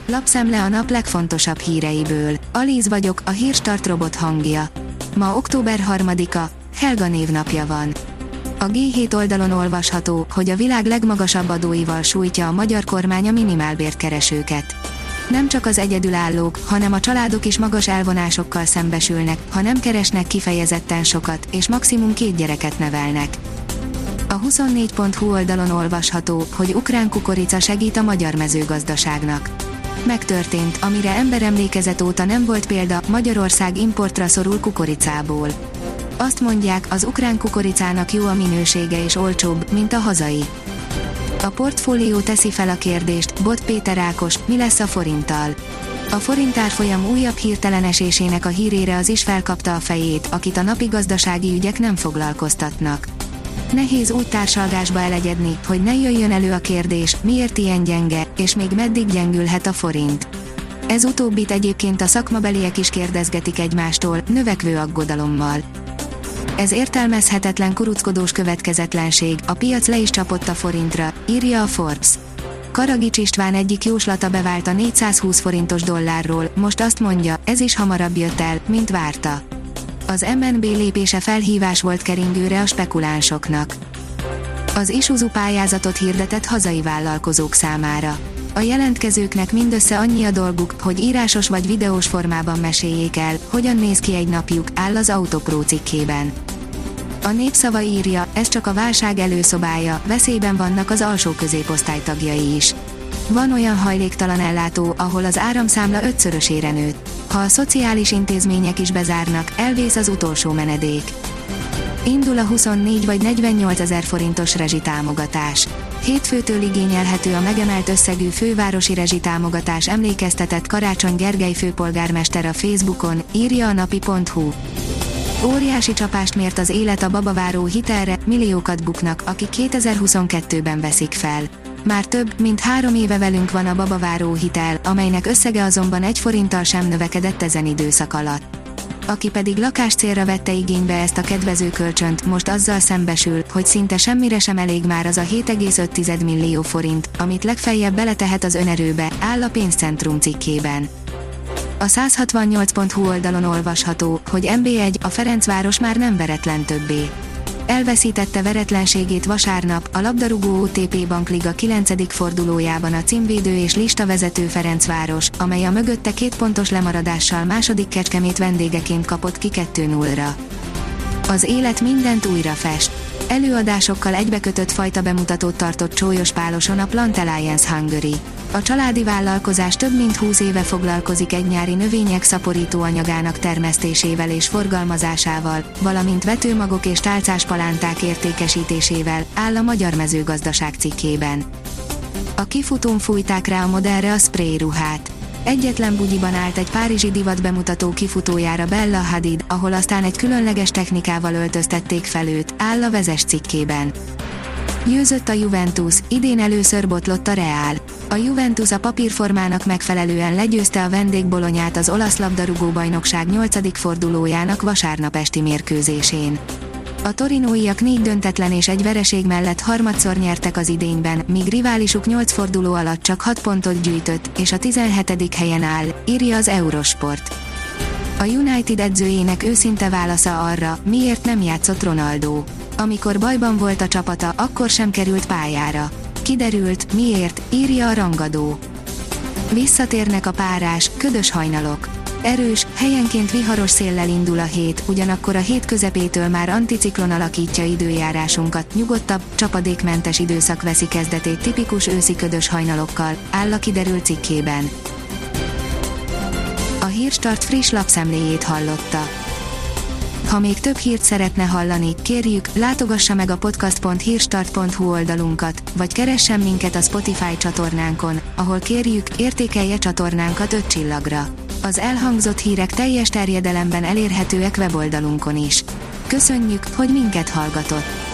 Lapszemle a nap legfontosabb híreiből. Alíz vagyok, a Hírstart robot hangja. Ma október 3-a, Helga névnapja van. A G7 oldalon olvasható, hogy a világ legmagasabb adóival sújtja a magyar kormány a minimálbért keresőket. Nem csak az egyedülállók, hanem a családok is magas elvonásokkal szembesülnek, ha nem keresnek kifejezetten sokat, és maximum 2 gyereket nevelnek. A 24.hu oldalon olvasható, hogy ukrán kukorica segít a magyar mezőgazdaságnak. Megtörtént, amire emberemlékezet óta nem volt példa, Magyarország importra szorul kukoricából. Azt mondják, az ukrán kukoricának jó a minősége és olcsóbb, mint a hazai. A Portfólió teszi fel a kérdést, Bot Péter Ákos, mi lesz a forinttal? A forint árfolyam újabb hirtelen esésének a hírére az is felkapta a fejét, akit a napi gazdasági ügyek nem foglalkoztatnak. Nehéz úgy társalgásba elegyedni, hogy ne jöjjön elő a kérdés, miért ilyen gyenge, és még meddig gyengülhet a forint. Ez utóbbit egyébként a szakmabeliek is kérdezgetik egymástól, növekvő aggodalommal. Ez értelmezhetetlen kuruckodós következetlenség, a piac le is csapott a forintra, írja a Forbes. Karagics István egyik jóslata bevált a 420 forintos dollárról, most azt mondja, ez is hamarabb jött el, mint várta. Az MNB lépése felhívás volt keringőre a spekulánsoknak. Az Isuzu pályázatot hirdetett hazai vállalkozók számára. A jelentkezőknek mindössze annyi a dolguk, hogy írásos vagy videós formában meséljék el, hogyan néz ki egy napjuk, áll az Autopro cikkében. A Népszava írja, ez csak a válság előszobája, veszélyben vannak az alsó középosztály tagjai is. Van olyan hajléktalan ellátó, ahol az áramszámla 5-szörösére nőtt. Ha a szociális intézmények is bezárnak, elvész az utolsó menedék. Indul a 24 vagy 48 ezer forintos rezsitámogatás. Hétfőtől igényelhető a megemelt összegű fővárosi rezsitámogatás, emlékeztetett Karácsony Gergely főpolgármester a Facebookon, írja a napi.hu. Óriási csapást mért az élet a babaváró hitelre, milliókat buknak, akik 2022-ben veszik fel. Már több, mint 3 éve velünk van a babaváró hitel, amelynek összege azonban 1 forinttal sem növekedett ezen időszak alatt. Aki pedig lakáscélra vette igénybe ezt a kedvező kölcsönt, most azzal szembesül, hogy szinte semmire sem elég már az a 7,5 millió forint, amit legfeljebb beletehet az önerőbe, áll a Pénzcentrum cikkében. A 168.hu oldalon olvasható, hogy NB1, a Ferencváros már nem veretlen többé. Elveszítette veretlenségét vasárnap, a labdarúgó OTP Bankliga 9. fordulójában a címvédő és listavezető Ferencváros, amely a mögötte 2 pontos lemaradással második Kecskemét vendégeként kapott ki 2-0-ra. Az élet mindent újra fest. Előadásokkal egybekötött fajta bemutatót tartott Csólyos Páloson a Plant Alliance Hungary. A családi vállalkozás több mint 20 éve foglalkozik egy nyári növények szaporító anyagának termesztésével és forgalmazásával, valamint vetőmagok és tálcás palánták értékesítésével, áll a Magyar Mezőgazdaság cikkében. A kifutón fújták rá a modellre a spray ruhát. Egyetlen bugyiban állt egy párizsi divat bemutató kifutójára Bella Hadid, ahol aztán egy különleges technikával öltöztették fel őt, áll a Vezes cikkében. Győzött a Juventus, idén először botlott a Real. A Juventus a papírformának megfelelően legyőzte a vendég Bolonyát az olasz labdarúgó-bajnokság 8. fordulójának vasárnap esti mérkőzésén. A torinóiak 4 döntetlen és 1 vereség mellett harmadszor nyertek az idényben, míg riválisuk 8 forduló alatt csak 6 pontot gyűjtött, és a 17. helyen áll, írja az Eurosport. A United edzőjének őszinte válasza arra, miért nem játszott Ronaldo. Amikor bajban volt a csapata, akkor sem került pályára. Kiderült, miért, írja a Rangadó. Visszatérnek a párás, ködös hajnalok. Erős, helyenként viharos széllel indul a hét, ugyanakkor a hét közepétől már anticiklon alakítja időjárásunkat, nyugodtabb, csapadékmentes időszak veszi kezdetét tipikus őszi ködös hajnalokkal, áll a Kiderült cikkében. A Hírstart friss lapszemléjét hallotta. Ha még több hírt szeretne hallani, kérjük, látogassa meg a podcast.hírstart.hu oldalunkat, vagy keressen minket a Spotify csatornánkon, ahol kérjük, értékelje csatornánkat 5 csillagra. Az elhangzott hírek teljes terjedelemben elérhetőek weboldalunkon is. Köszönjük, hogy minket hallgatott!